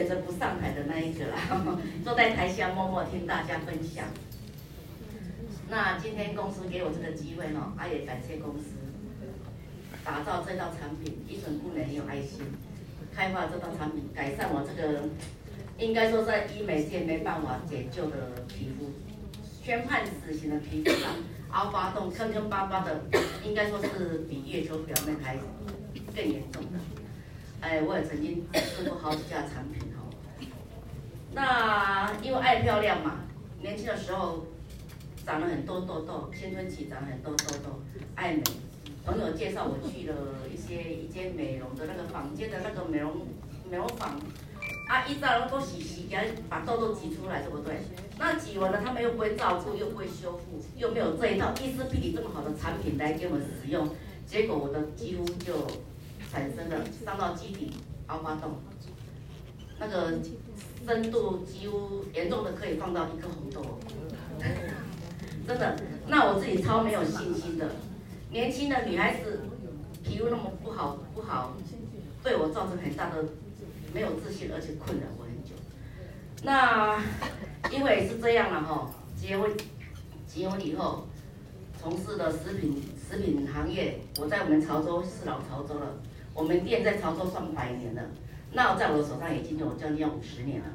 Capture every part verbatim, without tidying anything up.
选择不上台的那一个啦，坐在台下默默听大家分享。那今天公司给我这个机会哦，啊也感谢公司打造这道产品，依纯顾人很有爱心，开发这道产品，改善我这个应该说在医美界没办法解救的皮肤，宣判死刑的皮肤上凹疤洞坑坑巴巴的，应该说是比月球表面还更严重的。哎，我也曾经试过好几家产品哦。那因为爱漂亮嘛，年轻的时候长了很多痘痘，青春期长了很多痘痘，爱美。朋友介绍我去了一些一间美容的那个坊间的那个美容美容坊，啊，一照能够洗洗，给它把痘痘挤出来，对不对？那挤完了，他们又不会照顾，又不会修复，又没有这一套伊丝碧媞这么好的产品来给我们使用，结果我的肌肤就产生了伤到基底凹疤洞，那个深度几乎严重的可以放到一颗红豆，真的。那我自己超没有信心的。年轻的女孩子皮肤那么不好不好，对我造成很大的没有自信，而且困扰我很久。那因为是这样了哈，结婚结婚以后从事的食品食品行业，我在我们潮州是老潮州了，我们店在潮州算百年了，那我在我手上已经有将近五十年了。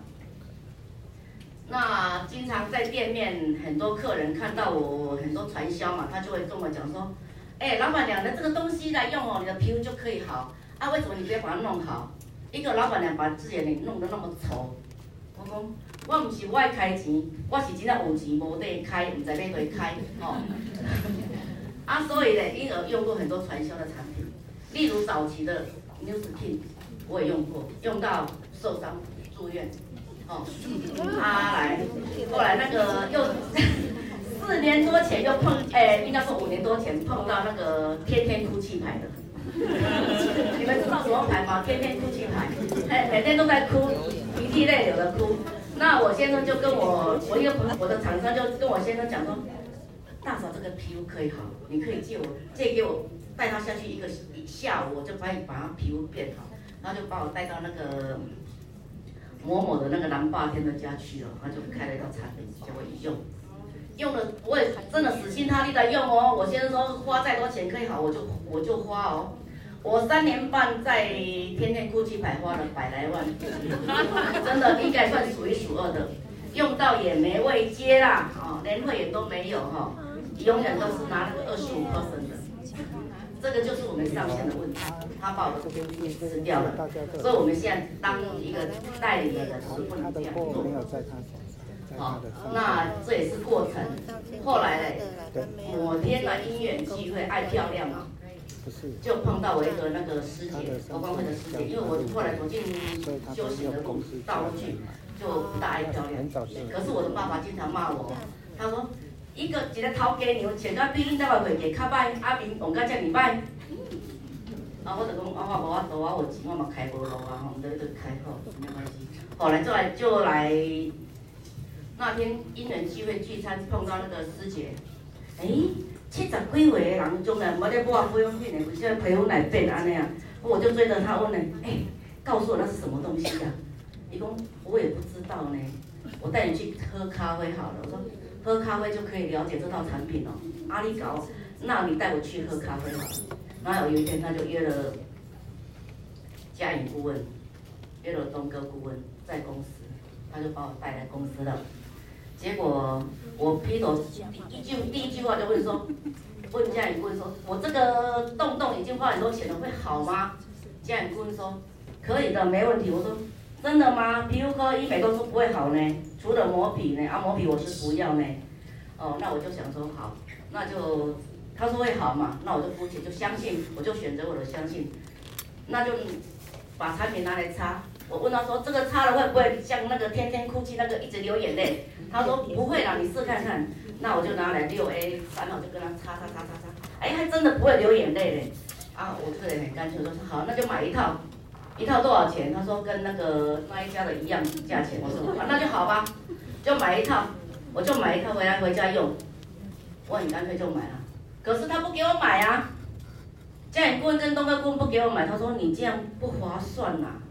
那经常在店面，很多客人看到我很多传销嘛，他就会跟我讲说。哎、欸，老板娘的这个东西来用哦，你的皮肤就可以好啊？为什么你不要把它弄好？一个老板娘把自己的脸弄得那么丑，我讲，我唔是我爱开钱，我是真正有钱无地开，唔知要对开哦。啊，所以呢，因而用过很多传销的产品，例如早期的 Newskin， 我也用过，用到受伤住院，哦，啊来，后来那个又。四年多前又碰，哎、欸，应该说五年多前碰到那个天天哭泣牌的，你们知道什么牌吗？天天哭泣牌，哎，每天都在哭，鼻涕泪流的哭。那我先生就跟我，我一个朋友，我的厂商就跟我先生讲说，大嫂这个皮肤可以好，你可以借我借给我，带他下去一个一下午，我就帮你把他皮肤变好，然后就把我带到那个某某的那个南霸天的家去了，他就开了一道产品叫我用。用了，我也真的死心塌地的用哦。我先生说花再多钱可以好，我就我就花哦。我三年半在天天哭泣牌花了百来万，真的应该算数一数二的。用到也没位接啦，哦，连会员都没有哈、哦，永远都是拿那个二十五 percent 的。这个就是我们上线的问题，他把我的东西吃掉了，所以我们现在当一个代理人是不能这样做。好、哦，那这也是过程。后来嘞，某天的因缘机会，爱漂亮嘛，就碰到我一个那个师姐，国光会的师姐，因为我后来走进修行的路道路去，就不大爱漂亮。可是我的爸爸经常骂我，他说一个一个头家娘穿到比恁在外面较歹，啊面用到遮尔歹。啊，我就讲啊，我无法度，我有钱我嘛开无路啊，吼，唔得就开好，没关系。后来就来就来。那天因缘机会聚餐，碰到那个师姐，哎、欸，七十几岁的人中啊，冇咧抹保养品的，为啥皮肤来变安尼啊？我就追着他问呢，哎、欸，告诉我那是什么东西啊？伊讲我也不知道呢，我带你去喝咖啡好了。我说喝咖啡就可以了解这套产品哦。阿里搞，那你带我去喝咖啡好了。然后有一天他就约了嘉颖顾问，约了东哥顾问在公司，他就把我带来公司了。结果我劈头一句第一句话就问说，问嘉颖顾问说，我这个洞洞已经花很多钱了，会好吗？嘉颖顾问说，可以的，没问题。我说真的吗？皮肤科医美都说不会好呢，除了磨皮呢，啊磨皮我是不要呢。哦，那我就想说好，那就他说会好嘛，那我就姑且就相信，我就选择我的相信，那就把产品拿来擦。我问他说这个擦了会不会像那个天天哭泣那个一直流眼泪？他说不会啦，你试看看。那我就拿来六 A 三号就跟他擦擦擦擦擦，哎，还真的不会流眼泪嘞。啊，我这个人很干脆，我说好，那就买一套，一套多少钱？他说跟那个那一家的一样价钱。我说啊，那就好吧，就买一套，我就买一套回来回家用。我很干脆就买了，可是他不给我买啊。嘉颖顾问跟东哥顾问不给我买，他说你这样不划算呐、啊。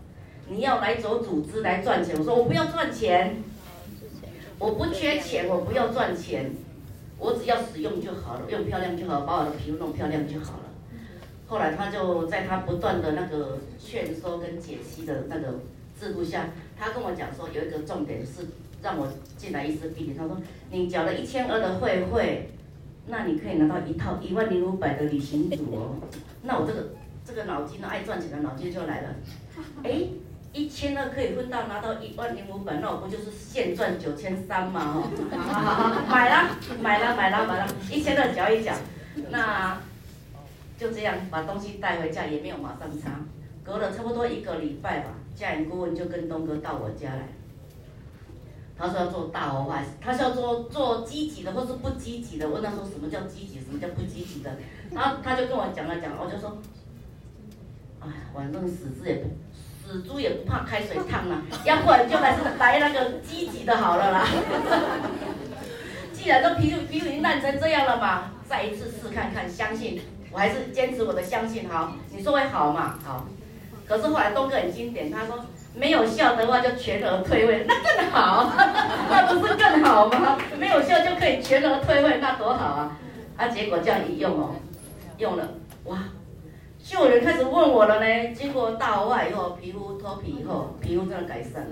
你要来走组织来赚钱。我说我不要赚钱，我不缺钱，我不要赚钱，我只要使用就好了，用漂亮就好，把我的皮肤弄漂亮就好了。后来他就在他不断的那个劝说跟解析的那个制度下，他跟我讲说有一个重点是让我进来医师必理。他说你缴了一千二的会费，那你可以拿到一套一万零五百的旅行组哦。那我这个这个脑筋呢，爱赚钱的脑筋就来了，哎，一千二可以分到拿到一万零五百，那我不就是现赚九千三嘛？哦，好好好，买了买了买了买了，一千二缴一缴，那。就这样把东西带回家，也没有马上擦。隔了差不多一个礼拜吧，家庭顾问就跟东哥到我家来，他说要做大活化，他是要做做积极的或是不积极的。问他说什么叫积极，什么叫不积极的，然后他就跟我讲了讲，我就说，哎呀，反正死猪也不死猪也不怕开水烫啊，要不然就来来那个积极的好了啦。既然都皮肤皮肤已经烂成这样了嘛，再一次试看看，相信。我还是坚持我的相信，好，你说会好嘛？好，可是后来东哥很经典，他说没有效的话就全额退费，那更好，那不是更好吗？没有效就可以全额退费，那多好啊！啊，结果这样一用哦，用了，哇，就有人开始问我了呢。经过大活化以后，皮肤脱皮以后，皮肤真的改善了。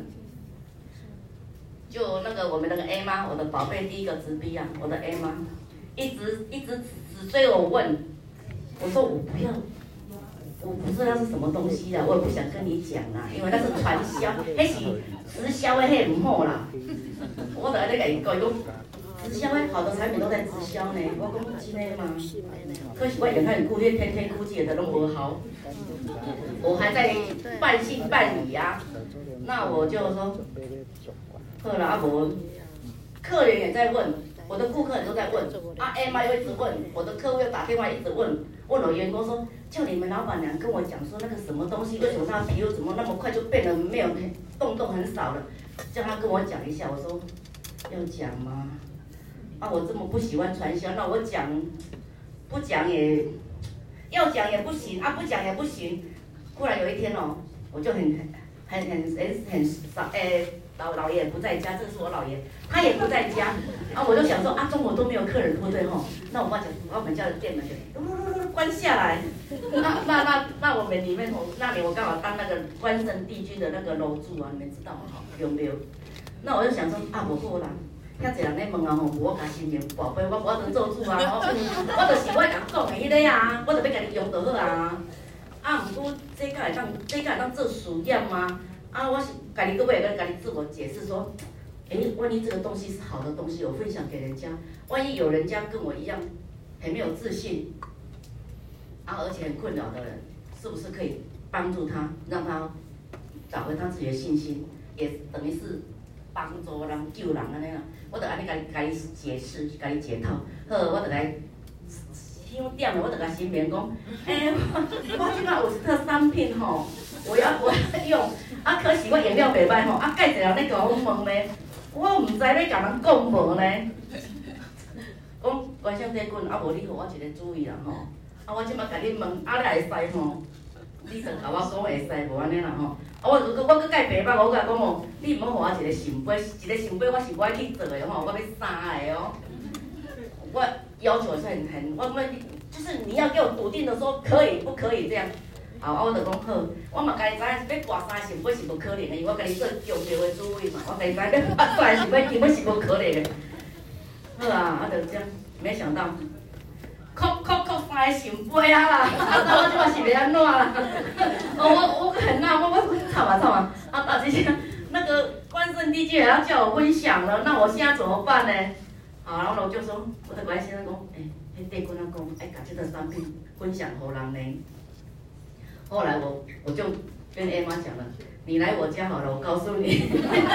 就那个我们那个 A 妈，我的宝贝第一个直逼啊，我的 A 妈，一直一直只追我问。我说我不要，我不知道是什么东西啦，我也不想跟你讲啦，因为那是传销，那是直销的，那唔好啦。我就安尼甲伊讲，伊讲直销的好的产品都在直销呢。我讲真的吗？可是我眼看你顾虑天天估计的都不好，我还在半信半疑啊。那我就说，好啦，啊无，客人也在问。我的顾客都在问，啊 ，M I 又一直问，我的客户又打电话一直问，问我员工说，叫你们老板娘跟我讲说那个什么东西，为什么他皮肤怎么那么快就变得没有动动很少了，叫他跟我讲一下。我说要讲吗？啊，我这么不喜欢传销，那我讲，不讲也，要讲也不行，啊，不讲也不行。忽然有一天哦，我就很很很很很少诶。老老爷不在家，这是我老爷，他也不在家，啊，我就想说啊，中午都没有客人，对不对吼？那我爸讲，我们家的店门就关下来，那那那那我们里面我那里我刚好当那个关圣帝君的那个楼主啊，你们知道吗？哈，有没有？那我就想说啊，无好啦，遐侪人咧问啊吼，我甲心情宝贝，我我当做主啊，我我就是我甲讲的迄个啊，我就要甲你用就好啊，啊，毋过这个会当这个会当做实验吗？啊，我是家己个尾跟家己自我解释说，哎，万一这个东西是好的东西，我分享给人家，万一有人家跟我一样很没有自信，啊，而且很困扰的人，是不是可以帮助他，让他找回他自己的信心，也等于是帮助人、救人安尼啦。我就安尼甲甲伊解释，甲伊解套，好，我就来。香点了，我就甲新棉讲，诶、欸，我我即摆有一套产品吼，我要我要用，啊，可是我用了袂歹吼，啊，介侪人咧甲我问咧，我毋知要甲人讲无呢。讲关上帝君，啊无你互我一个主意啦吼，啊我即摆甲你问，啊你会使吼，你就甲我讲会使无安尼啦吼，啊我我我搁介白目，我甲讲哦，你毋好互我一个圣杯，一个圣杯我是我爱去做的吼，我要三个哦，我。要求是很很，我们就是你要给我笃定的说可以不可以这样，好，啊我就讲好，我嘛家己知影要挂三个圣杯是无可能的，因为我家己做强调的主意嘛，我家己知影要挂三个圣杯根本是无可能的。好啊，啊就这样，没想到，扣扣扣三个圣杯啊啦，啊我即摆是要安怎啦？哦我我很纳闷，我我操嘛操嘛，啊大姐姐，那个关圣帝君也要叫我分享了，那我现在怎么办呢？好，然后我就说，我就跟先生讲，诶、欸，迄帝君啊讲，爱把这个产品分享给人呢。后来我我就跟 A 妈讲了，你来我家好了，我告诉你。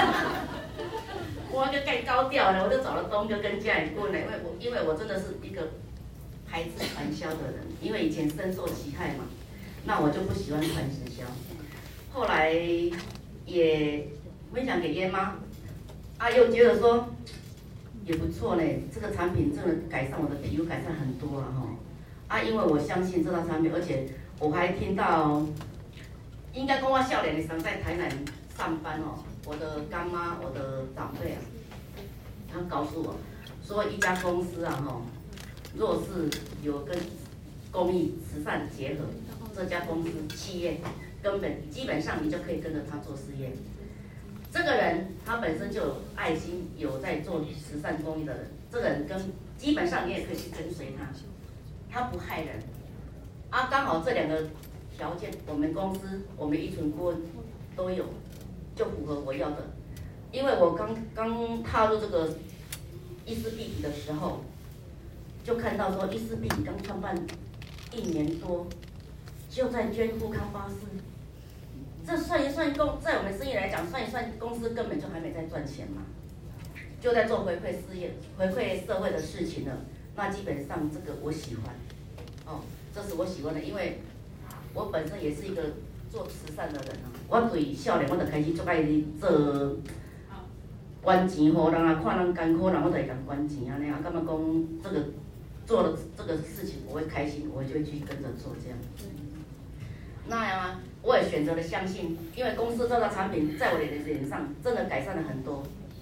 我就盖高调了，我就找了东哥跟家人过来，因为我因为我真的是一个排斥传销的人，因为以前深受其害嘛，那我就不喜欢传直销。后来也分享给 A 妈，啊，又觉得说。也不错嘞，这个产品真的改善我的皮肤，改善很多啊哈！啊，因为我相信这套产品，而且我还听到应该跟我少年的时候在台南上班哦，我的干妈、我的长辈啊，他告诉我说，一家公司啊，哈，若是有跟公益慈善结合，这家公司企业根本基本上你就可以跟着他做事业。这个人他本身就有爱心，有在做慈善公益的人，这个人跟基本上你也可以去跟随他，他不害人。啊，刚好这两个条件，我们公司我们依存顾问都有，就符合我要的。因为我刚刚踏入这个伊思必体的时候，就看到说伊思必体刚创办一年多，就在捐富康巴士。这算一算公，在我们生意来讲，算一算公司根本就还没在赚钱嘛，就在做回馈事业、回馈社会的事情了。那基本上这个我喜欢，哦，这是我喜欢的，因为我本身也是一个做慈善的人啊。我对少年我就开始做爱做捐钱，互人啊，看人艰苦，人我就会共捐钱安尼啊，感觉讲这个做了这个事情我会开心，我就会去跟着做这样。那呀、啊，我也选择了相信，因为公司这套产品在我的脸上真的改善了很多。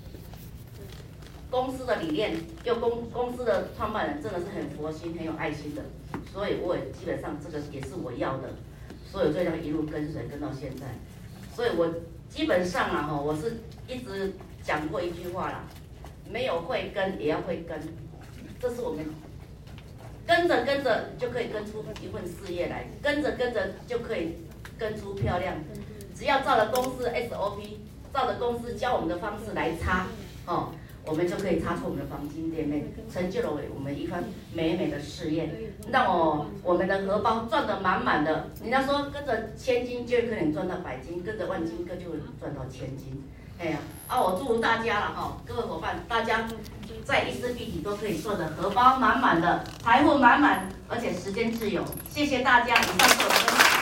公司的理念，又公公司的创办人真的是很佛心、很有爱心的，所以我也基本上这个也是我要的，所以我就这样一路跟随跟到现在。所以我基本上啊，哈，我是一直讲过一句话啦，没有会跟也要会跟，这是我们。跟着跟着就可以跟出一份事业来，跟着跟着就可以跟出漂亮。只要照着公司 S O P， 照着公司教我们的方式来插，哦，我们就可以插出我们的黄金店面，成就了我们一番美美的事业，让我我们的荷包赚得满满的。人家说跟着千金就可能赚到百金，跟着万金哥就会赚到千金。哎呀，啊，我祝福大家了哈，各位伙伴，大家在伊思必体都可以做的荷包满满的，财富满满，而且时间自由。谢谢大家，以上是我的分享。